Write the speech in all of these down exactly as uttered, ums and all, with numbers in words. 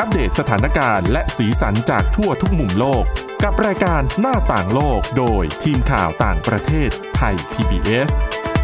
อัปเดตสถานการณ์และสีสันจากทั่วทุกมุมโลกกับรายการหน้าต่างโลกโดยทีมข่าวต่างประเทศไทย พี บี เอส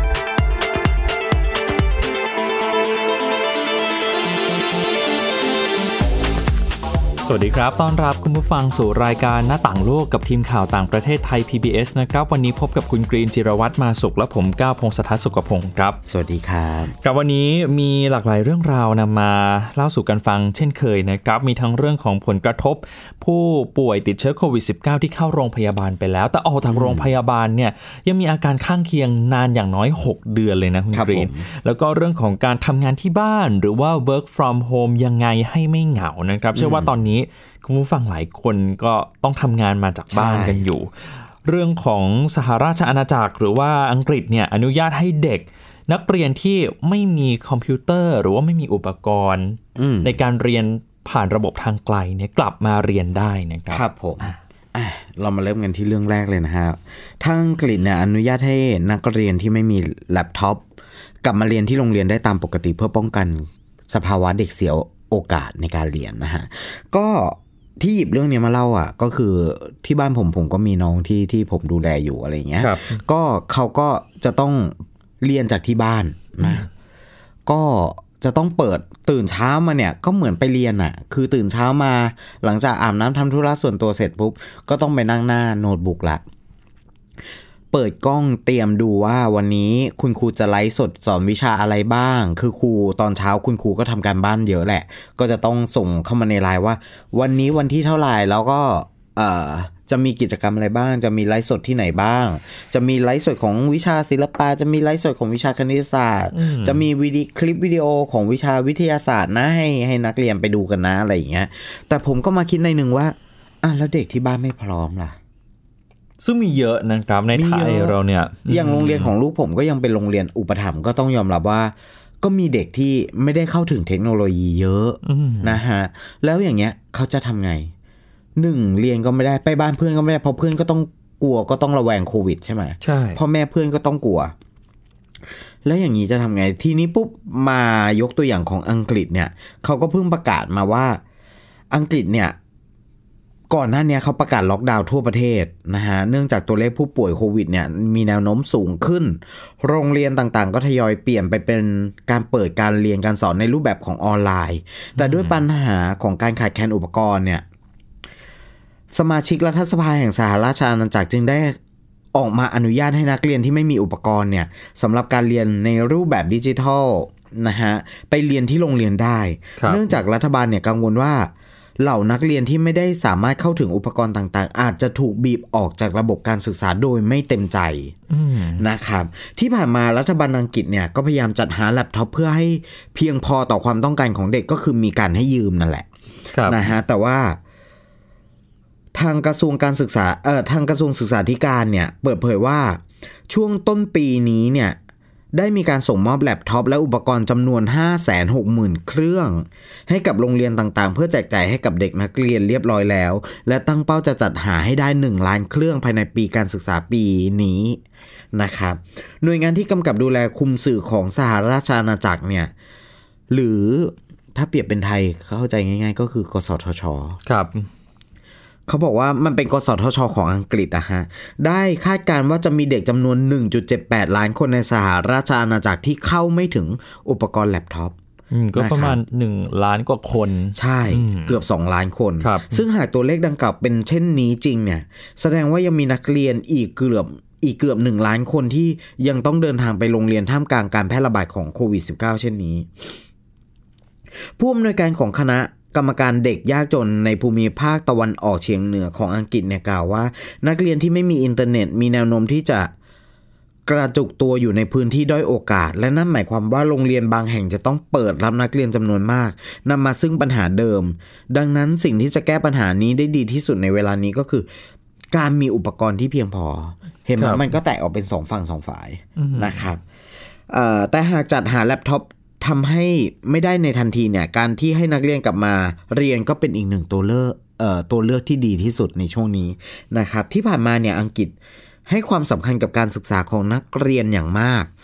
สวัสดีครับต้อนรับคุณผู้ฟังสู่รายการหน้าต่างโลกกับทีมข่าวต่างประเทศไทย พี บี เอส นะครับวันนี้พบกับคุณกรีนจิรวัตรมาสุขและผมก้าวพงศธรสุขพงศ์ครับสวัสดีครับครับวันนี้มีหลากหลายเรื่องราวนำมาเล่าสู่กันฟังเช่นเคยนะครับมีทั้งเรื่องของผลกระทบผู้ป่วยติดเชื้อโควิด สิบเก้า ที่เข้าโรงพยาบาลไปแล้วแต่ออกจากโรงพยาบาลเนี่ยยังมีอาการข้างเคียงนานอย่างน้อยหกเดือนเลยนะคุณกรีนแล้วก็เรื่องของการทำงานที่บ้านหรือว่า work from home ยังไงให้ไม่เหงานะครับเชื่อว่าตอนนี้คุณผู้ฟังหลายคนก็ต้องทำงานมาจากบ้านกันอยู่เรื่องของสหราชอาณาจักรหรือว่าอังกฤษเนี่ยอนุญาตให้เด็กนักเรียนที่ไม่มีคอมพิวเตอร์หรือว่าไม่มีอุปกรณ์ในการเรียนผ่านระบบทางไกลเนี่ยกลับมาเรียนได้นะครับครับผมเรามาเริ่มกันที่เรื่องแรกเลยนะฮะทางอังกฤษเนี่ยอนุญาตให้นักเรียนที่ไม่มีแล็ปท็อปกลับมาเรียนที่โรงเรียนได้ตามปกติเพื่อป้องกันสภาวะเด็กเสียโอกาสในการเรียนนะฮะก็ที่หยิบเรื่องนี้มาเล่าอ่ะก็คือที่บ้านผมผมก็มีน้องที่ที่ผมดูแลอยู่อะไรเงี้ยก็เขาก็จะต้องเรียนจากที่บ้านนะก็จะต้องเปิดตื่นเช้ามาเนี่ยก็เหมือนไปเรียนอ่ะคือตื่นเช้ามาหลังจากอาบน้ำทำธุระส่วนตัวเสร็จปุ๊บก็ต้องไปนั่งหน้าโน้ตบุ๊กละเปิดกล้องเตรียมดูว่าวันนี้คุณครูจะไลฟ์สดสอนวิชาอะไรบ้างคือครูตอนเช้าคุณครูก็ทำการบ้านเยอะแหละก็จะต้องส่งเข้ามาในไลน์ว่าวันนี้วันที่เท่าไหร่แล้วก็เอ่อจะมีกิจกรรมอะไรบ้างจะมีไลฟ์สดที่ไหนบ้างจะมีไลฟ์สดของวิชาศิลปะจะมีไลฟ์สดของวิชาคณิตศาสตร์จะมีวิดีคลิปวิดีโอของวิชาวิทยาศาสตร์นะให้ให้นักเรียนไปดูกันนะอะไรอย่างเงี้ยแต่ผมก็มาคิดในนึงว่าอ่ะแล้วเด็กที่บ้านไม่พร้อมล่ะซึ่งมีเยอะนะครับในไทยเราเนี่ยอย่างโรงเรียนของลูกผมก็ยังเป็นโรงเรียนอุปถัมภ์ก็ต้องยอมรับว่าก็มีเด็กที่ไม่ได้เข้าถึงเทคโนโลยีเยอะนะฮะแล้วอย่างเงี้ยเขาจะทำไงหนึ่งเรียนก็ไม่ได้ไปบ้านเพื่อนก็ไม่ได้เพราะเพื่อนก็ต้องกลัวก็ต้องระแวงโควิดใช่ไหมใช่พ่อแม่เพื่อนก็ต้องกลัวแล้วอย่างนี้จะทำไงทีนี้ปุ๊บมายกตัวอย่างของอังกฤษเนี่ยเขาก็เพิ่งประกาศมาว่าอังกฤษเนี่ยก่อนหน้านี้เขาประกาศล็อกดาวน์ทั่วประเทศนะฮะเนื่องจากตัวเลขผู้ป่วยโควิดเนี่ยมีแนวโน้มสูงขึ้นโรงเรียนต่างๆก็ทยอยเปลี่ยนไปเป็นการเปิดการเรียนการสอนในรูปแบบของออนไลน์แต่ด้วยปัญหาของการขาดแคลนอุปกรณ์เนี่ยสมาชิกรัฐสภาแห่งสหราชอาณาจักรจึงได้ออกมาอนุญาตให้นักเรียนที่ไม่มีอุปกรณ์เนี่ยสำหรับการเรียนในรูปแบบดิจิทัลนะฮะไปเรียนที่โรงเรียนได้เนื่องจากรัฐบาลเนี่ยกังวลว่าเหล่านักเรียนที่ไม่ได้สามารถเข้าถึงอุปกรณ์ต่างๆอาจจะถูกบีบออกจากระบบการศึกษาโดยไม่เต็มใจนะครับที่ผ่านมารัฐบาลอังกฤษเนี่ยก็พยายามจัดหาแล็ปท็อปเพื่อให้เพียงพอต่อความต้องการของเด็กก็คือมีการให้ยืมนั่นแหละนะฮะแต่ว่าทางกระทรวงการศึกษาเอ่อทางกระทรวงศึกษาธิการเนี่ยเปิดเผยว่าช่วงต้นปีนี้เนี่ยได้มีการส่งมอบแล็ปท็อปและอุปกรณ์จำนวน ห้าแสนหกหมื่น เครื่องให้กับโรงเรียนต่างๆเพื่อแจกจ่ายให้กับเด็กนักเรียนเรียบร้อยแล้วและตั้งเป้าจะจัดหาให้ได้หนึ่งล้านเครื่องภายในปีการศึกษาปีนี้นะครับหน่วยงานที่กำกับดูแลคุมสื่อของสหราชอาณาจักรเนี่ยหรือถ้าเปรียบเป็นไทยเข้าใจง่ายๆก็คือกสทช. ครับเขาบอกว่ามันเป็นกสทช.ของอังกฤษนะฮะได้คาดการณ์ว่าจะมีเด็กจำนวน หนึ่งจุดเจ็ดแปด ล้านคนในสหราชอาณาจักรที่เข้าไม่ถึงอุปกรณ์แล็ปท็อปก็ประมาณหนึ่งล้านกว่าคนใช่เกือบสองล้านคนซึ่งหากตัวเลขดังกล่าวเป็นเช่นนี้จริงเนี่ยแสดงว่ายังมีนักเรียนอีกเกือบอีกเกือบหนึ่งล้านคนที่ยังต้องเดินทางไปโรงเรียนท่ามกลางการแพร่ระบาดของโควิด สิบเก้า เช่นนี้ผู้อำนวยการของคณะกรรมการเด็กยากจนในภูมิภาคตะวันออกเฉียงเหนือของอังกฤษเนี่ยกล่าวว่านักเรียนที่ไม่มีอินเทอร์เน็ตมีแนวโน้มที่จะกระจุกตัวอยู่ในพื้นที่ด้อยโอกาสและนั่นหมายความว่าโรงเรียนบางแห่งจะต้องเปิดรับนักเรียนจำนวนมากนำมาซึ่งปัญหาเดิมดังนั้นสิ่งที่จะแก้ปัญหานี้ได้ดีที่สุดในเวลานี้ก็คือการมีอุปกรณ์ที่เพียงพอเห็นไหมมันก็แตกออกเป็นสองฝั่งสองฝ่ายนะครับแต่หากจัดหาแล็ปท็อปทำให้ไม่ได้ในทันทีเนี่ยการที่ให้นักเรียนกลับมาเรียนก็เป็นอีกหนึ่งตัวเลือกเอ่อตัวเลือกที่ดีที่สุดในช่วงนี้นะครับที่ผ่านมาเนี่ยอังกฤษให้ความสำคัญกับการศึกษาของนักเรียนอย่างมาก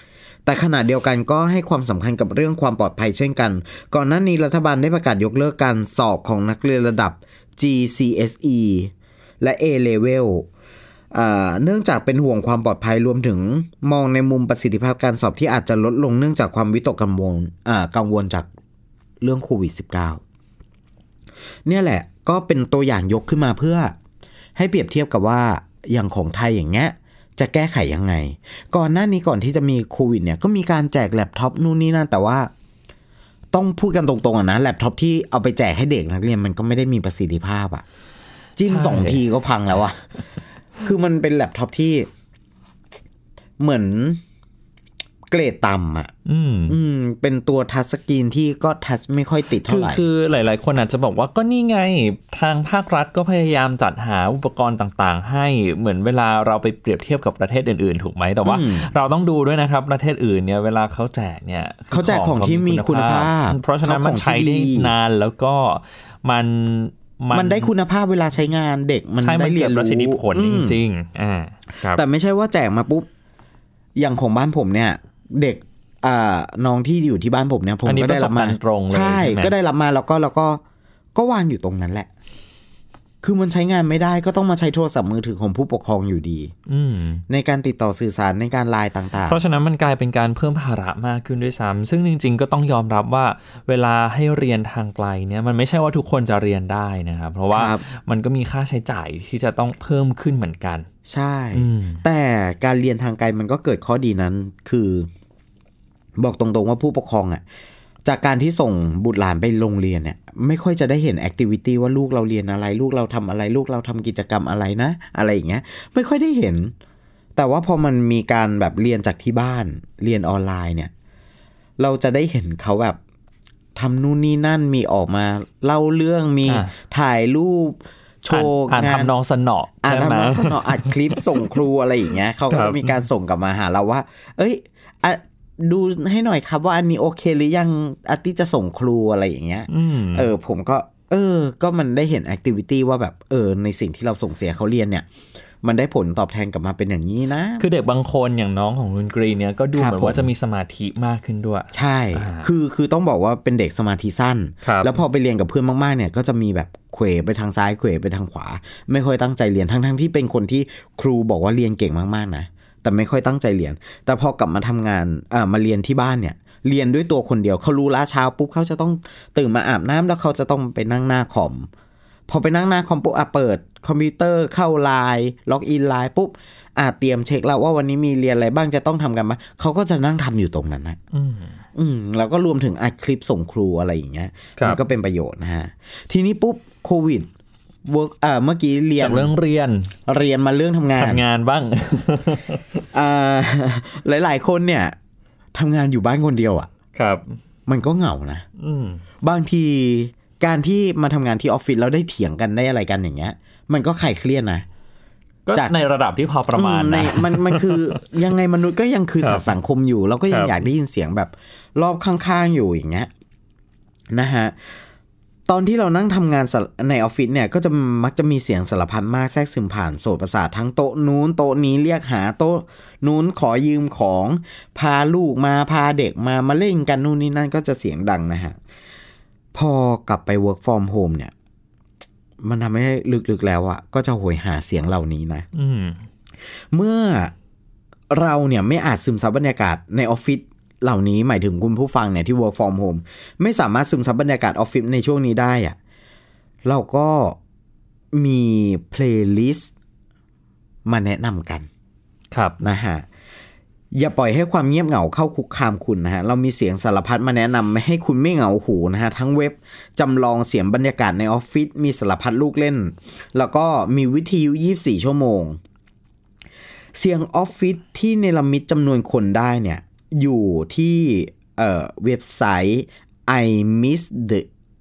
แต่ขณะเดียวกันก็ให้ความสำคัญกับเรื่องความปลอดภัยเช่นกันก่อนหน้านี้รัฐบาลได้ประกาศยกเลิกการสอบของนักเรียนระดับ จี ซี เอส อี และ A Level เนื่องจากเป็นห่วงความปลอดภัยรวมถึงมองในมุมประสิทธิภาพการสอบที่อาจจะลดลงเนื่องจากความวิตกกังวลกังวลจากเรื่องโควิด สิบเก้า เนี่ยแหละก็เป็นตัวอย่างยกขึ้นมาเพื่อให้เปรียบเทียบกับว่าอย่างของไทยอย่างเงี้ยจะแก้ไขยังไงก่อนหน้านี้ก่อนที่จะมีโควิดเนี่ยก็มีการแจกแล็ปท็อปนู่นนี่นั่นแต่ว่าต้องพูดกันตรงๆอ่ะนะแล็ปท็อปที่เอาไปแจกให้เด็กนักเรียนมันก็ไม่ได้มีประสิทธิภาพอ่ะจิ้มสองทีก็พังแล้วอ่ะคือมันเป็นแล็ปท็อปที่เหมือนเกรดต่ำอ่ะอืมอืมเป็นตัวทัชสกรีนที่ก็ทัชไม่ค่อยติดเท่าไหร่คือหลายๆคนอาจจะบอกว่าก็นี่ไงทางภาครัฐก็พยายามจัดหาอุปกรณ์ต่างๆให้เหมือนเวลาเราไปเปรียบเทียบกับประเทศอื่นๆถูกไหมแต่ว่าเราต้องดูด้วยนะครับประเทศอื่นเนี่ยเวลาเขาแจกเนี่ยเขาแจกของที่มีคุณภาพเพราะฉะนั้นมันใช้ได้นานแล้วก็มันมันได้คุณภาพเวลาใช้งานเด็กมันได้เรียนรู้ประสิทธิผลจริงๆอ่าแต่ไม่ใช่ว่าแจกมาปุ๊บอย่างของบ้านผมเนี่ยเด็กอ่าน้องที่อยู่ที่บ้านผมเนี่ยผมก็ได้รับมาตรงเลยใช่ก็ได้รับมาแล้วก็แล้วก็ก็วางอยู่ตรงนั้นแหละคือมันใช้งานไม่ได้ก็ต้องมาใช้โทรศัพท์มือถือของผู้ปกครองอยู่ดีในการติดต่อสื่อสารในการไลน์ต่างๆเพราะฉะนั้นมันกลายเป็นการเพิ่มภาระมากขึ้นด้วยซ้ำซึ่งจริงๆก็ต้องยอมรับว่าเวลาให้เรียนทางไกลเนี่ยมันไม่ใช่ว่าทุกคนจะเรียนได้นะครับเพราะว่ามันก็มีค่าใช้จ่ายที่จะต้องเพิ่มขึ้นเหมือนกันใช่แต่การเรียนทางไกลมันก็เกิดข้อดีนั้นคือบอกตรงๆว่าผู้ปกครองอ่ะจากการที่ส่งบุตรหลานไปโรงเรียนเนี่ยไม่ค่อยจะได้เห็นแอคทิวิตี้ว่าลูกเราเรียนอะไรลูกเราทำอะไรลูกเราทำกิจกรรมอะไรนะอะไรอย่างเงี้ยไม่ค่อยได้เห็นแต่ว่าพอมันมีการแบบเรียนจากที่บ้านเรียนออนไลน์เนี่ยเราจะได้เห็นเขาแบบทำนู่นนี่นั่นมีออกมาเล่าเรื่องมีถ่ายรูปโชว์งานทำน้องสนออ่านทำน้องสนออัดคลิปส่งครูอะไรอย่างเงี้ยเขาก็จะมีการส่งกลับมาหาเราว่าเอ้ยดูให้หน่อยครับว่าอันนี้โอเคหรือยังอาร์ตี้จะส่งครูอะไรอย่างเงี้ยเออผมก็เออก็มันได้เห็นแอคทิวิตี้ว่าแบบเออในสิ่งที่เราส่งเสียเขาเรียนเนี่ยมันได้ผลตอบแทนกลับมาเป็นอย่างนี้นะคือเด็กบางคนอย่างน้องของคุณกรีนเนี่ยก็ดูเหมือนว่าจะมีสมาธิมากขึ้นด้วยใช่คือคือต้องบอกว่าเป็นเด็กสมาธิสั้นแล้วพอไปเรียนกับเพื่อนมากๆเนี่ยก็จะมีแบบเขวไปทางซ้ายเขวไปทางขวาไม่ค่อยตั้งใจเรียนทั้งๆที่เป็นคนที่ครูบอกว่าเรียนเก่งมากๆนะแต่ไม่ค่อยตั้งใจเรียนแต่พอกลับมาทำงานเอ่อมาเรียนที่บ้านเนี่ยเรียนด้วยตัวคนเดียวเขารู้ล้าเช้าปุ๊บเขาจะต้องตื่นมาอาบน้ำแล้วเขาจะต้องไปนั่งหน้าคอมพอไปนั่งหน้าคอมปุ๊บอ่ะเปิดคอมพิวเตอร์เข้าไลน์ล็อกอินไลน์ปุ๊บอ่ะเตรียมเช็คแล้วว่าวันนี้มีเรียนอะไรบ้างจะต้องทำกันมั้ยเขาก็จะนั่งทำอยู่ตรงนั้นนะอืมอืมแล้วก็รวมถึงอัดคลิปส่งครูอะไรอย่างเงี้ยมันก็เป็นประโยชน์นะฮะทีนี้ปุ๊บโควิดเวิร์กอ่าเมื่อกี้เรียนจากเรื่องเรียนเรียนมาเรื่องทำงานทำงานบ้างอ่าหลายๆคนเนี่ยทำงานอยู่บ้านคนเดียวอ่ะครับมันก็เหงานะบางทีการที่มาทำงานที่ออฟฟิศแล้วได้เถียงกันได้อะไรกันอย่างเงี้ยมันก็คลายเครียดนะก็ในระดับที่พอประมาณนะมันมันคือยังไงมนุษย์ก็ยังคือสัตว์สังคมอยู่แล้วก็ยังอยากได้ยินเสียงแบบรอบข้างๆอยู่อย่างเงี้ยนะฮะตอนที่เรานั่งทำงานในออฟฟิศเนี่ยก็จะมักจะมีเสียงสารพัดมากแทรกซึมผ่านโสตประสาททั้งโต๊ะนู้นโต๊ะนี้เรียกหาโต๊ะนู้นขอยืมของพาลูกมาพาเด็กมามาเล่นกันนู่นนี่นั่นก็จะเสียงดังนะฮะพอกลับไป work from home เนี่ยมันทำให้ลึกๆแล้วอ่ะก็จะโหยหาเสียงเหล่านี้นะเมื่อเราเนี่ยไม่อาจซึมซับบรรยากาศในออฟฟิศเหล่านี้หมายถึงคุณผู้ฟังเนี่ยที่ work from home ไม่สามารถซึมซับบรรยากาศออฟฟิศในช่วงนี้ได้อะเราก็มีเพลย์ลิสต์มาแนะนำกันครับนะฮะอย่าปล่อยให้ความเงียบเหงาเข้าคุกคามคุณนะฮะเรามีเสียงสารพัดมาแนะนำไม่ให้คุณไม่เหงาหูนะฮะทั้งเว็บจำลองเสียงบรรยากาศในออฟฟิศมีสารพัดลูกเล่นแล้วก็มีวิทยุยี่สิบสี่ชั่วโมงเสียงออฟฟิศที่เนรมิตจำนวนคนได้เนี่ยอยู่ที่เอ่อเว็บไซต์ I miss the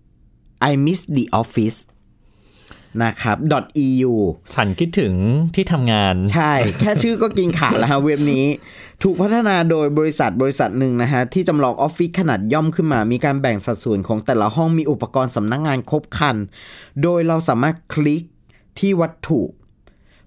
I miss the office นะครับ .eu ฉันคิดถึงที่ทำงานใช่แค่ชื่อก็กินขาดแล้วฮะเว็บนี้ถูกพัฒนาโดยบริษัทบริษัทหนึ่งนะฮะที่จำลองออฟฟิศขนาดย่อมขึ้นมามีการแบ่งสัดส่วนของแต่ละห้องมีอุปกรณ์สำนักงานครบครันโดยเราสามารถคลิกที่วัตถุ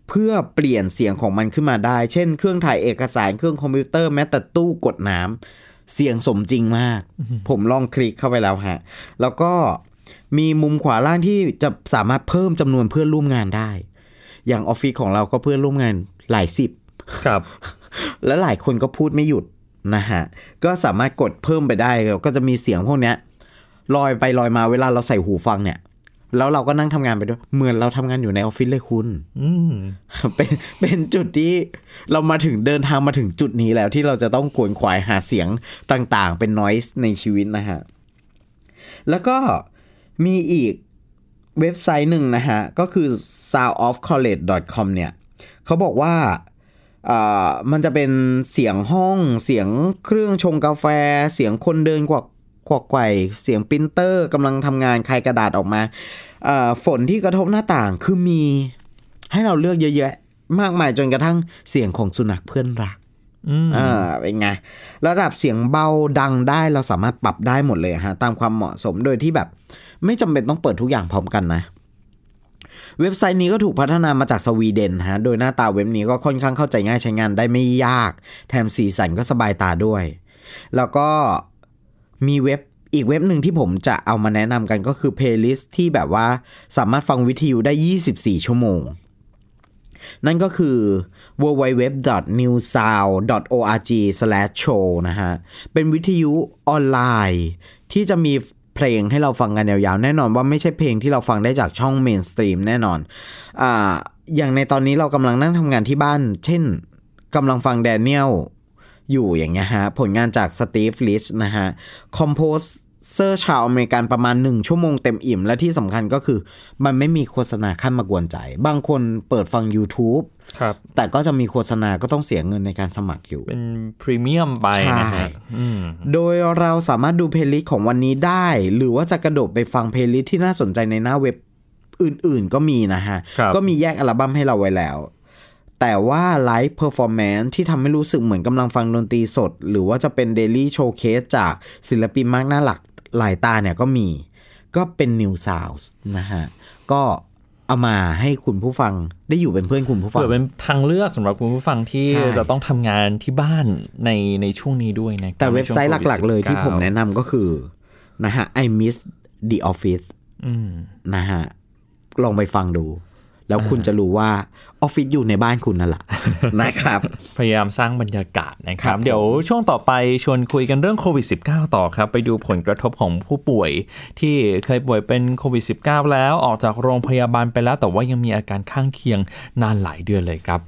เพื่อเปลี่ยนเสียงของมันขึ้นมาได้เช่นเครื่องถ่ายเอกสารเครื่องคอมพิวเตอร์แม้แต่ตู้กดน้ำเสียงสมจริงมาก ผมลองคลิกเข้าไปแล้วฮะแล้วก็มีมุมขวาล่างที่จะสามารถเพิ่มจำนวนเพื่อนร่วมงานได้อย่างออฟฟิศของเราก็เพื่อนร่วมงานหลายสิบครับและหลายคนก็พูดไม่หยุดนะฮะก็สามารถกดเพิ่มไปได้แล้วก็จะมีเสียงพวกนี้ลอยไปลอยมาเวลาเราใส่หูฟังเนี่ยแล้วเราก็นั่งทำงานไปด้วยเหมือนเราทำงานอยู่ในออฟฟิศเลยคุณเป็นเป็นจุดที่เรามาถึงเดินทางมาถึงจุดนี้แล้วที่เราจะต้องขวนขวายหาเสียงต่างๆเป็น noise ในชีวิตนะฮะแล้วก็มีอีกเว็บไซต์หนึ่งนะฮะก็คือ sound of college dot com เนี่ยเขาบอกว่าอ่ามันจะเป็นเสียงห้องเสียงเครื่องชงกาแฟเสียงคนเดินกวักกวักไกวเสียงปรินเตอร์กำลังทำงานคลายกระดาษออกมาอ่าฝนที่กระทบหน้าต่างคือมีให้เราเลือกเยอะแยะมากมายจนกระทั่งเสียงของสุนัขเพื่อนรักอ่าเป็นไงระดับเสียงเบาดังได้เราสามารถปรับได้หมดเลยฮะตามความเหมาะสมโดยที่แบบไม่จำเป็นต้องเปิดทุกอย่างพร้อมกันนะเว็บไซต์นี้ก็ถูกพัฒนามาจากสวีเดนฮะโดยหน้าตาเว็บนี้ก็ค่อนข้างเข้าใจง่ายใช้งานได้ไม่ยากแถมสีสันก็สบายตาด้วยแล้วก็มีเว็บอีกเว็บหนึ่งที่ผมจะเอามาแนะนำกันก็คือ playlist ที่แบบว่าสามารถฟังวิทยุได้ยี่สิบสี่ชั่วโมงนั่นก็คือ ดับเบิลยู ดับเบิลยู ดับเบิลยู ดอท นิว ซาวด์ ดอท โอ อาร์ จี สแลช โชว์ นะฮะเป็นวิทยุออนไลน์ที่จะมีเพลงให้เราฟังกันยาวๆแน่นอนว่าไม่ใช่เพลงที่เราฟังได้จากช่องเมนสตรีมแน่นอนอ่าอย่างในตอนนี้เรากำลังนั่งทำงานที่บ้านเช่นกำลังฟังแดเนียลอยู่อย่างเงี้ยฮะผลงานจากสตีฟลิชนะฮะคอมโพสเซอร์ชาวอเมริกันประมาณหนึ่งชั่วโมงเต็มอิ่มและที่สำคัญก็คือมันไม่มีโฆษณาขั้นมากวนใจบางคนเปิดฟัง YouTube ครับแต่ก็จะมีโฆษณาก็ต้องเสียเงินในการสมัครอยู่เป็นพรีเมียมไปนะฮะโดยเราสามารถดูเพลย์ลิสต์ของวันนี้ได้หรือว่าจะกระโดดไปฟังเพลย์ลิสต์ที่น่าสนใจในหน้าเว็บอื่นๆก็มีนะฮะก็มีแยกอัลบั้มให้เราไว้แล้วแต่ว่าไลฟ์เพอร์ฟอร์แมนซ์ที่ทำให้รู้สึกเหมือนกำลังฟังดนตรีสดหรือว่าจะเป็นเดลี่โชว์เคสจากศิลปินมากหน้าหลักหลายตาเนี่ยก็มีก็เป็น New Sounds นะฮะก็เอามาให้คุณผู้ฟังได้อยู่เป็นเพื่อนคุณผู้ฟังเพื่อเป็นทางเลือกสำหรับคุณผู้ฟังที่จะต้องทำงานที่บ้านในในช่วงนี้ด้วยนะแต่เว็บไซต์หลักๆเลยที่ผมแนะนำก็คือนะฮะ I Miss the Office นะฮะลองไปฟังดูแล้วคุณจะรู้ว่าออฟฟิศอยู่ในบ้านคุณนั่นแหละ นะครับพยายามสร้างบรรยากาศนะครับเดี๋ยวช่วงต่อไปชวนคุยกันเรื่องโควิด สิบเก้า ต่อครับไปดูผลกระทบของผู้ป่วยที่เคยป่วยเป็นโควิด สิบเก้า แล้วออกจากโรงพยาบาลไปแล้วแต่ว่ายังมีอาการข้างเคียงนานหลายเดือนเลยครับ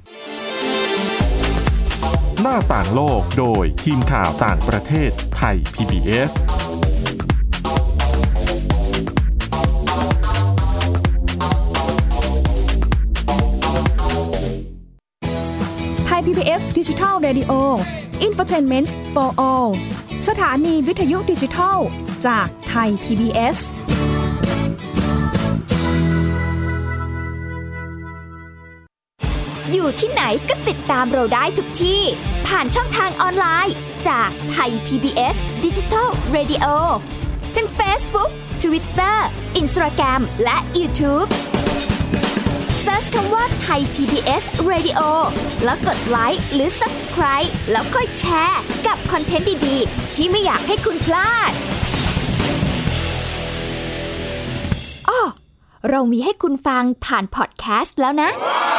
หน้าต่างโลกโดยทีมข่าวต่างประเทศไทย พี บี เอสไทย พี บี เอส Digital Radio Infotainment for All สถานีวิทยุดิจิทัลจากไทย พี บี เอสอยู่ที่ไหนก็ติดตามเราได้ทุกที่ผ่านช่องทางออนไลน์จากไทย พี บี เอส Digital Radio ทั้ง Facebook, Twitter, Instagram และ YouTubeเซิร์ชคำว่าไทย พี บี เอส Radio แล้วกดไลค์หรือ Subscribe แล้วค่อยแชร์กับคอนเทนต์ดีๆที่ไม่อยากให้คุณพลาดอ้อเรามีให้คุณฟังผ่านพอดแคสต์แล้วนะ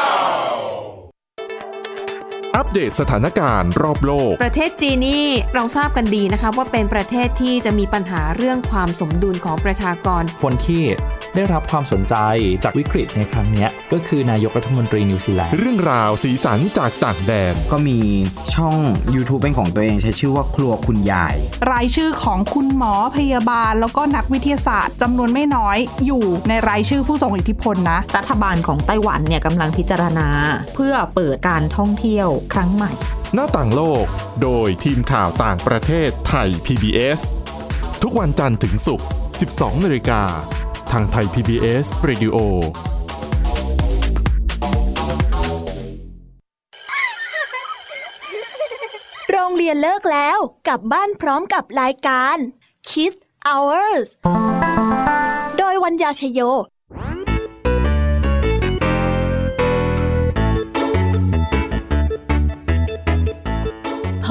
อัปเดตสถานการณ์รอบโลกประเทศจีนนี่เราทราบกันดีนะคะว่าเป็นประเทศที่จะมีปัญหาเรื่องความสมดุลของประชากรคนที่ได้รับความสนใจจากวิกฤตในครั้งนี้ก็คือนายกรัฐมนตรีนิวซีแลนด์เรื่องราวสีสันจากต่างแดนก็มีช่อง YouTube เป็นของตัวเองใช้ชื่อว่าครัวคุณยายรายชื่อของคุณหมอพยาบาลแล้วก็นักวิทยาศาสตร์จำนวนไม่น้อยอยู่ในรายชื่อผู้ทรงอิทธิพลนะรัฐบาลของไต้หวันเนี่ยกำลังพิจารณาเพื่อเปิดการท่องเที่ยวครั้งใหม่หน้าต่างโลกโดยทีมข่าวต่างประเทศไทย พี บี เอส ทุกวันจันทร์ถึงศุกร์ สิบสอง นาฬิกาทางไทย พี บี เอส Radio โรงเรียนเลิกแล้วกลับบ้านพร้อมกับรายการ Kids Hours โดยวัญญาชโย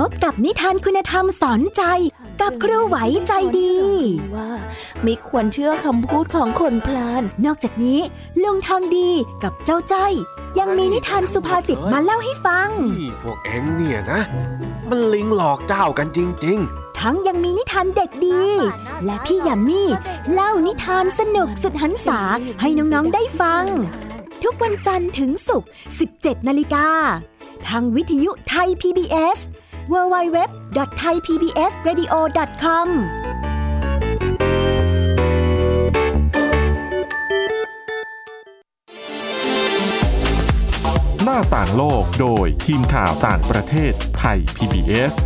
บกับนิทานคุณธรรมสอนใจกับครูไหวใจดีว่าไม่ควรเชื่อคำพูดของคนพลานนอกจากนี้ลุงทองดีกับเจ้าจ้อยยังมีนิทานสุภาษิตมาเล่าให้ฟังนี่พวกเอ็งเนี่ยนะมันลิงหลอกเจ้ากันจริงๆทั้งยังมีนิทานเด็กดีและพี่ยามีเล่านิทานสนุกสุดหรรษาให้น้องๆได้ฟังทุกวันจันทร์ถึงศุกร์ สิบเจ็ดนาฬิกาทางวิทยุไทย พี บี เอส ดับเบิลยู ดับเบิลยู ดับเบิลยู ดอท ไทย พี บี เอส เรดิโอ ดอท คอมหน้าต่างโลกโดยทีมข่าวต่างประเทศไทย พี บี เอส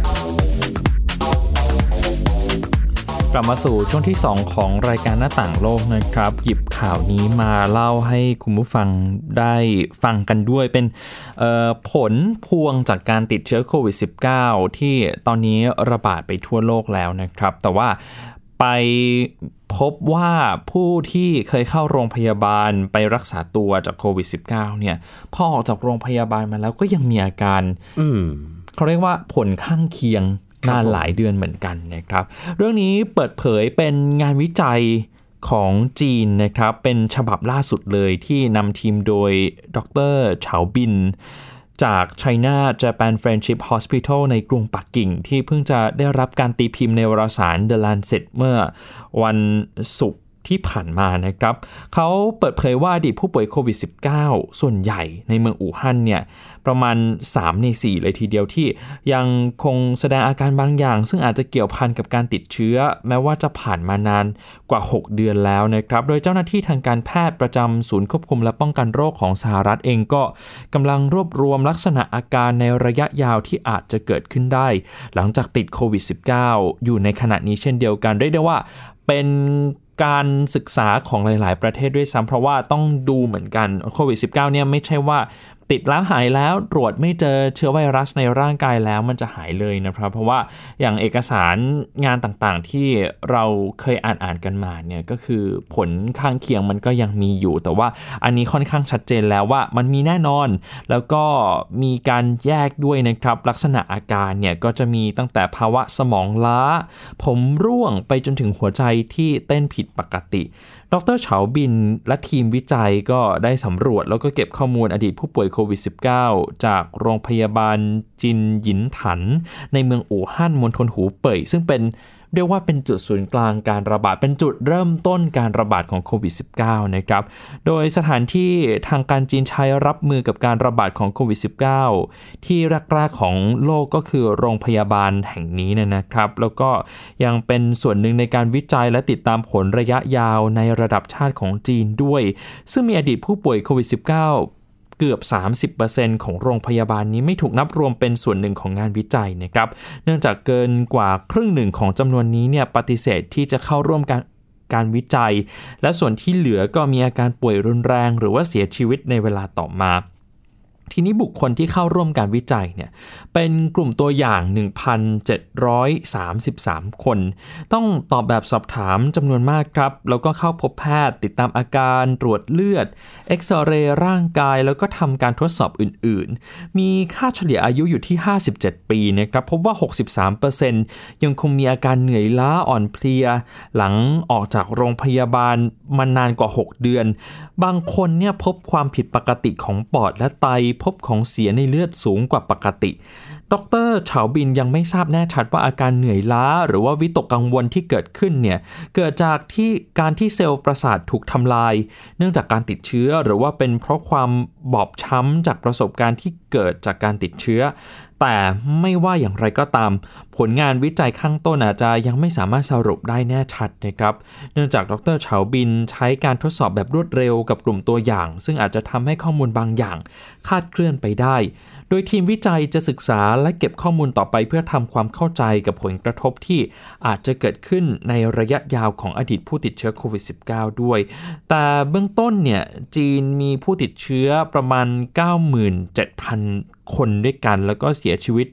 กลับมาสู่ช่วงที่สองของรายการหน้าต่างโลกนะครับหยิบข่าวนี้มาเล่าให้คุณผู้ฟังได้ฟังกันด้วยเป็นผลพวงจากการติดเชื้อโควิด สิบเก้า ที่ตอนนี้ระบาดไปทั่วโลกแล้วนะครับแต่ว่าไปพบว่าผู้ที่เคยเข้าโรงพยาบาลไปรักษาตัวจากโควิด สิบเก้า เนี่ยพอออกจากโรงพยาบาลมาแล้วก็ยังมีอาการเขาเรียกว่าผลข้างเคียงนานหลายเดือนเหมือนกันนะครับเรื่องนี้เปิดเผยเป็นงานวิจัยของจีนนะครับเป็นฉบับล่าสุดเลยที่นำทีมโดยดร.เฉาบินจาก China Japan Friendship Hospital ในกรุงปักกิ่งที่เพิ่งจะได้รับการตีพิมพ์ในวารสาร The Lancet เมื่อวันศุกร์ที่ผ่านมานะครับเขาเปิดเผยว่าอดีตผู้ป่วยโควิด สิบเก้า ส่วนใหญ่ในเมืองอู่ฮั่นเนี่ยประมาณสามในสี่เลยทีเดียวที่ยังคงแสดงอาการบางอย่างซึ่งอาจจะเกี่ยวพันกับการติดเชื้อแม้ว่าจะผ่านมานานกว่าหกเดือนแล้วนะครับโดยเจ้าหน้าที่ทางการแพทย์ประจำศูนย์ควบคุมและป้องกันโรคของสหรัฐเองก็กำลังรวบรวมลักษณะอาการในระยะยาวที่อาจจะเกิดขึ้นได้หลังจากติดโควิด สิบเก้า อยู่ในขณะนี้เช่นเดียวกันเรียกได้ว่าเป็นการศึกษาของหลายๆประเทศด้วยซ้ำเพราะว่าต้องดูเหมือนกันโควิด สิบเก้า เนี่ยไม่ใช่ว่าติดแล้วหายแล้วตรวจไม่เจอเชื้อไวรัสในร่างกายแล้วมันจะหายเลยนะครับเพราะว่าอย่างเอกสารงานต่างๆที่เราเคยอ่านอ่านกันมาเนี่ยก็คือผลข้างเคียงมันก็ยังมีอยู่แต่ว่าอันนี้ค่อนข้างชัดเจนแล้วว่ามันมีแน่นอนแล้วก็มีการแยกด้วยนะครับลักษณะอาการเนี่ยก็จะมีตั้งแต่ภาวะสมองล้าผมร่วงไปจนถึงหัวใจที่เต้นผิดปกติดร.เฉาบินและทีมวิจัยก็ได้สำรวจแล้วก็เก็บข้อมูลอดีตผู้ป่วยโควิด สิบเก้า จากโรงพยาบาลจินหยินถันในเมืองอู่ฮั่นมณฑลหูเป่ยซึ่งเป็นเรียกว่าเป็นจุดศูนย์กลางการระบาดเป็นจุดเริ่มต้นการระบาดของโควิด สิบเก้า นะครับโดยสถานที่ทางการจีนใช้รับมือกับการระบาดของโควิด สิบเก้า ที่แรกๆของโลกก็คือโรงพยาบาลแห่งนี้นะครับแล้วก็ยังเป็นส่วนหนึ่งในการวิจัยและติดตามผลระยะยาวในระดับชาติของจีนด้วยซึ่งมีอดีตผู้ป่วยโควิด สิบเก้าเกือบ สามสิบเปอร์เซ็นต์ ของโรงพยาบาลนี้ไม่ถูกนับรวมเป็นส่วนหนึ่งของงานวิจัยนะครับเนื่องจากเกินกว่าครึ่งหนึ่งของจำนวนนี้เนี่ยปฏิเสธที่จะเข้าร่วมการการวิจัยและส่วนที่เหลือก็มีอาการป่วยรุนแรงหรือว่าเสียชีวิตในเวลาต่อมาทีนี้บุคคลที่เข้าร่วมการวิจัยเนี่ยเป็นกลุ่มตัวอย่าง หนึ่งพันเจ็ดร้อยสามสิบสาม คนต้องตอบแบบสอบถามจำนวนมากครับแล้วก็เข้าพบแพทย์ติดตามอาการตรวจเลือดเอ็กซเรย์ร่างกายแล้วก็ทำการทดสอบอื่นๆมีค่าเฉลี่ยอายุอยู่ที่ห้าสิบเจ็ดปีนะครับพบว่า หกสิบสามเปอร์เซ็นต์ ยังคงมีอาการเหนื่อยล้าอ่อนเพลียหลังออกจากโรงพยาบาลมานานกว่าหกเดือนบางคนเนี่ยพบความผิดปกติของปอดและไตพบของเสียในเลือดสูงกว่าปกติดร.เฉาบินยังไม่ทราบแน่ชัดว่าอาการเหนื่อยล้าหรือว่าวิตกกังวลที่เกิดขึ้นเนี่ยเกิดจากที่การที่เซลล์ประสาทถูกทำลายเนื่องจากการติดเชื้อหรือว่าเป็นเพราะความบอบช้ำจากประสบการณ์ที่เกิดจากการติดเชื้อแต่ไม่ว่าอย่างไรก็ตามผลงานวิจัยข้างต้นอาจจะยังไม่สามารถสรุปได้แน่ชัดนะครับเนื่องจากดร.เฉาบินใช้การทดสอบแบบรวดเร็วกับกลุ่มตัวอย่างซึ่งอาจจะทำให้ข้อมูลบางอย่างคลาดเคลื่อนไปได้โดยทีมวิจัยจะศึกษาและเก็บข้อมูลต่อไปเพื่อทำความเข้าใจกับผลกระทบที่อาจจะเกิดขึ้นในระยะยาวของอดีตผู้ติดเชื้อโควิด สิบเก้า ด้วยแต่เบื้องต้นเนี่ยจีนมีผู้ติดเชื้อประมาณ เก้าหมื่นเจ็ดพัน คนด้วยกันแล้วก็เสียชีวิต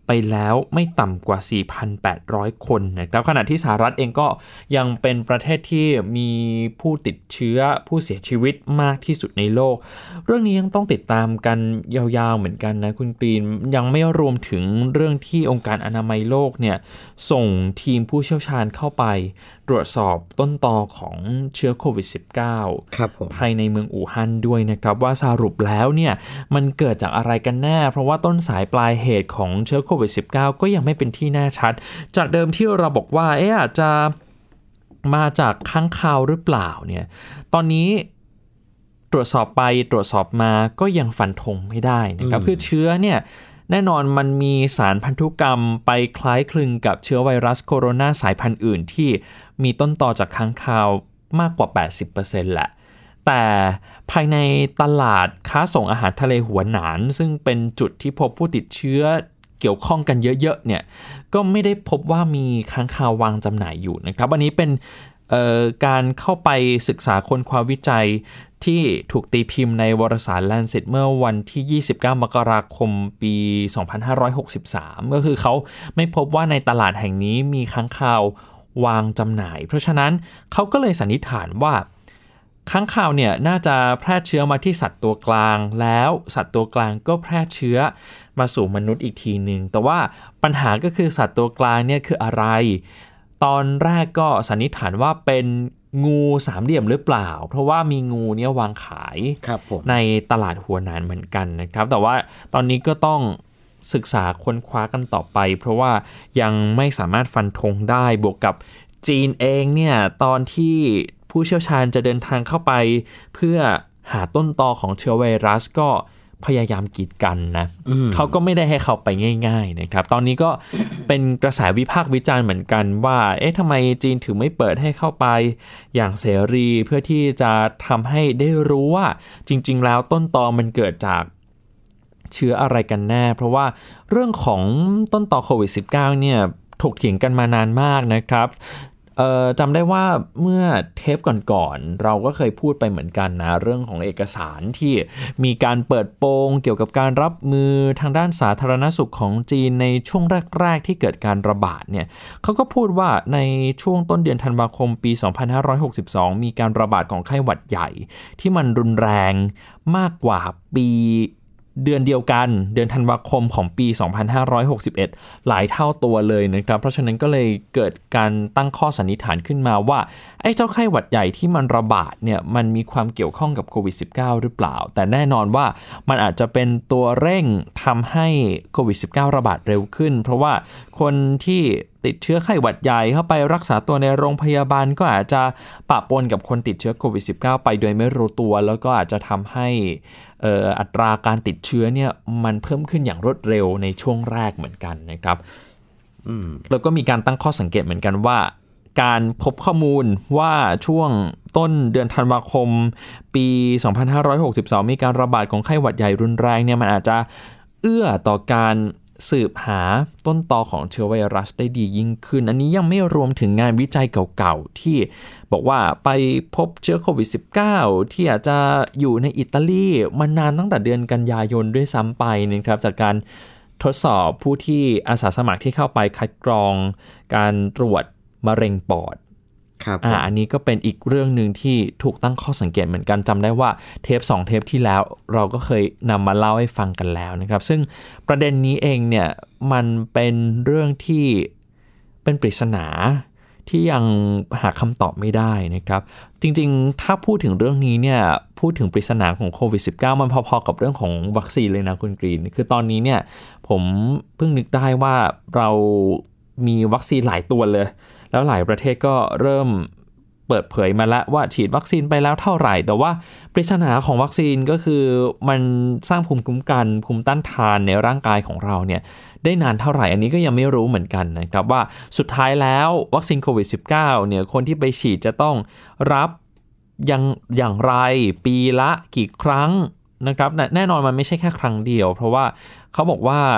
ไปแล้วไม่ต่ำกว่า สี่พันแปดร้อย คนนะครับขณะที่สหรัฐเองก็ยังเป็นประเทศที่มีผู้ติดเชื้อผู้เสียชีวิตมากที่สุดในโลกเรื่องนี้ยังต้องติดตามกันยาวๆเหมือนกันนะคุณกรีนยังไม่รวมถึงเรื่องที่องค์การอนามัยโลกเนี่ยส่งทีมผู้เชี่ยวชาญเข้าไปตรวจสอบต้นตอของเชื้อโควิด สิบเก้าครับผมภายในเมืองอู่ฮั่นด้วยนะครับว่าสรุปแล้วเนี่ยมันเกิดจากอะไรกันแน่เพราะว่าต้นสายปลายเหตุของเชื้อโควิด สิบเก้า ก็ยังไม่เป็นที่แน่ชัดจากเดิมที่เราบอกว่าเอ๊ะอาจจะมาจากค้างคาวหรือเปล่าเนี่ยตอนนี้ตรวจสอบไปตรวจสอบมาก็ยังฟันธงไม่ได้นะครับคือเชื้อเนี่ยแน่นอนมันมีสารพันธุกรรมไปคล้ายคลึงกับเชื้อไวรัสโคโรนาสายพันธุ์อื่นที่มีต้นตอจากค้างคาวมากกว่า แปดสิบเปอร์เซ็นต์ แหละแต่ภายในตลาดค้าส่งอาหารทะเลหัวหนานซึ่งเป็นจุดที่พบผู้ติดเชื้อเกี่ยวข้องกันเยอะๆเนี่ยก็ไม่ได้พบว่ามีค้างคาววางจำหน่ายอยู่นะครับอันนี้เป็นการเข้าไปศึกษาค้นคว้าวิจัยที่ถูกตีพิมพ์ในวารสาร Lancet เมื่อวันที่ยี่สิบเก้ามกราคมปีสองพันห้าร้อยหกสิบสามก็คือเขาไม่พบว่าในตลาดแห่งนี้มีค้างคาววางจำหน่ายเพราะฉะนั้นเขาก็เลยสันนิษฐานว่าค้างคาวเนี่ยน่าจะแพร่เชื้อมาที่สัตว์ตัวกลางแล้วสัตว์ตัวกลางก็แพร่เชื้อมาสู่มนุษย์อีกทีนึงแต่ว่าปัญหาก็คือสัตว์ตัวกลางเนี่ยคืออะไรตอนแรกก็สันนิษฐานว่าเป็นงูสามเหลี่ยมหรือเปล่าเพราะว่ามีงูเนี่ยวางขายในตลาดหัวหนานเหมือนกันนะครับแต่ว่าตอนนี้ก็ต้องศึกษาค้นคว้ากันต่อไปเพราะว่ายังไม่สามารถฟันธงได้บวกกับจีนเองเนี่ยตอนที่ผู้เชี่ยวชาญจะเดินทางเข้าไปเพื่อหาต้นตอของเชื้อไวรัสก็พยายามกีดกันนะเขาก็ไม่ได้ให้เข้าไปง่ายๆนะครับตอนนี้ก็เป็นกระแสวิพากษ์วิจารณ์เหมือนกันว่าเอ๊ะทำไมจีนถึงไม่เปิดให้เข้าไปอย่างเสรีเพื่อที่จะทำให้ได้รู้ว่าจริงๆแล้วต้นตอมันเกิดจากเชื้ออะไรกันแน่เพราะว่าเรื่องของต้นตอโควิด สิบเก้า เนี่ยถกเถียงกันมานานมากนะครับเอ่อจำได้ว่าเมื่อเทปก่อนๆเราก็เคยพูดไปเหมือนกันนะเรื่องของเอกสารที่มีการเปิดโปงเกี่ยวกับการรับมือทางด้านสาธารณสุขของจีนในช่วงแรกๆที่เกิดการระบาดเนี่ยเขาก็พูดว่าในช่วงต้นเดือนธันวาคมปีสองพันห้าร้อยหกสิบสองมีการระบาดของไข้หวัดใหญ่ที่มันรุนแรงมากกว่าปีเดือนเดียวกันเดือนธันวาคมของปีสองพันห้าร้อยหกสิบเอ็ดหลายเท่าตัวเลยนะครับเพราะฉะนั้นก็เลยเกิดการตั้งข้อสันนิษฐานขึ้นมาว่าไอ้เจ้าไข้หวัดใหญ่ที่มันระบาดเนี่ยมันมีความเกี่ยวข้องกับโควิด สิบเก้า หรือเปล่าแต่แน่นอนว่ามันอาจจะเป็นตัวเร่งทำให้โควิด สิบเก้า ระบาดเร็วขึ้นเพราะว่าคนที่ติดเชื้อไข้หวัดใหญ่เข้าไปรักษาตัวในโรงพยาบาลก็อาจจะปะปนกับคนติดเชื้อโควิด สิบเก้า ไปโดยไม่รู้ตัวแล้วก็อาจจะทำให้เอ่ออัตราการติดเชื้อเนี่ยมันเพิ่มขึ้นอย่างรวดเร็วในช่วงแรกเหมือนกันนะครับแล้วก็มีการตั้งข้อสังเกตเหมือนกันว่าการพบข้อมูลว่าช่วงต้นเดือนธันวาคมปีสองพันห้าร้อยหกสิบสองมีการระบาดของไข้หวัดใหญ่รุนแรงเนี่ยมันอาจจะเอื้อต่อการสืบหาต้นตอของเชื้อไวรัสได้ดียิ่งขึ้นอันนี้ยังไม่รวมถึงงานวิจัยเก่าๆที่บอกว่าไปพบเชื้อโควิด สิบเก้า ที่อาจจะอยู่ในอิตาลีมานานตั้งแต่เดือนกันยายนด้วยซ้ำไปนะครับจากการทดสอบผู้ที่อาสาสมัครที่เข้าไปคัดกรองการตรวจมะเร็งปอดครับอ่าอันนี้ก็เป็นอีกเรื่องนึงที่ถูกตั้งข้อสังเกตเหมือนกันจำได้ว่าเทปสองเทปที่แล้วเราก็เคยนำมาเล่าให้ฟังกันแล้วนะครับซึ่งประเด็นนี้เองเนี่ยมันเป็นเรื่องที่เป็นปริศนาที่ยังหาคำตอบไม่ได้นะครับจริงๆถ้าพูดถึงเรื่องนี้เนี่ยพูดถึงปริศนาของโควิด สิบเก้า มันพอๆกับเรื่องของวัคซีนเลยนะคุณกรีนคือตอนนี้เนี่ยผมเพิ่งนึกได้ว่าเรามีวัคซีนหลายตัวเลยแล้วหลายประเทศก็เริ่มเปิดเผยมาแล้วว่าฉีดวัคซีนไปแล้วเท่าไหร่แต่ว่าปริศนาของวัคซีนก็คือมันสร้างภูมิคุ้มกันภูมิต้านทานในร่างกายของเราเนี่ยได้นานเท่าไหร่อันนี้ก็ยังไม่รู้เหมือนกันนะครับว่าสุดท้ายแล้ววัคซีนโควิด สิบเก้า เนี่ยคนที่ไปฉีดจะต้องรับอย่างอย่างไรปีละกี่ครั้งนะครับแน่นอนมันไม่ใช่แค่ครั้งเดียวเพราะว่าเขาบอกว่า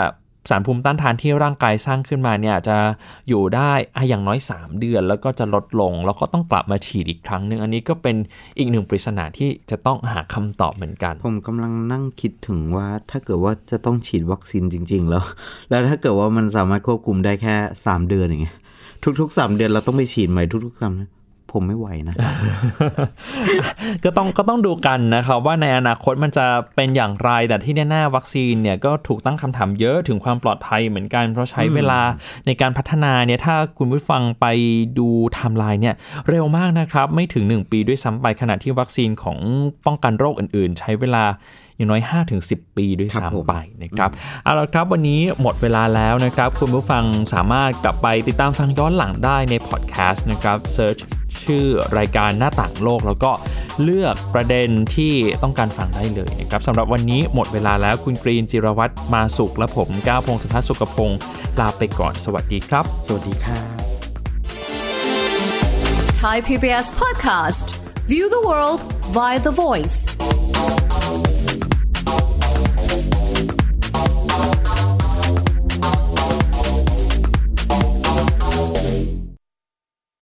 สารภูมิต้านทานที่ร่างกายสร้างขึ้นมาเนี่ยจะอยู่ได้อย่างน้อยสามเดือนแล้วก็จะลดลงแล้วก็ต้องกลับมาฉีดอีกครั้งนึงอันนี้ก็เป็นอีกหนึ่งปริศนาที่จะต้องหาคำตอบเหมือนกันผมกำลังนั่งคิดถึงว่าถ้าเกิดว่าจะต้องฉีดวัคซีนจริงๆแล้วแล้วถ้าเกิดว่ามันสามารถควบคุมได้แค่สามเดือนอย่างเงี้ยทุกๆสามเดือนเราต้องไปฉีดใหม่ทุกๆสามเดือนผมไม่ไหวนะก็ต้องก็ต้องดูกันนะครับว่าในอนาคตมันจะเป็นอย่างไรแต่ที่แน่ๆวัคซีนเนี่ยก็ถูกตั้งคำถามเยอะถึงความปลอดภัยเหมือนกันเพราะใช้เวลาในการพัฒนาเนี่ยถ้าคุณผู้ฟังไปดูไทม์ไลน์เนี่ยเร็วมากนะครับไม่ถึงหนึ่งปีด้วยซ้ำไปขณะที่วัคซีนของป้องกันโรคอื่นๆใช้เวลาอย่างน้อย ห้าถึงสิบ ปีด้วยซ้ำไปนะครับเอาล่ะครับวันนี้หมดเวลาแล้วนะครับคุณผู้ฟังสามารถกลับไปติดตามฟังย้อนหลังได้ในพอดแคสต์นะครับเซิร์ชชื่อรายการหน้าต่างโลกแล้วก็เลือกประเด็นที่ต้องการฟังได้เลยนะครับสำหรับวันนี้หมดเวลาแล้วคุณกรีนจิรวัตรมาสุขและผมก้าวพงศธรสุขพงศ์ลาไปก่อนสวัสดีครับสวัสดีครับ Thai พี บี เอส Podcast View the world via the voice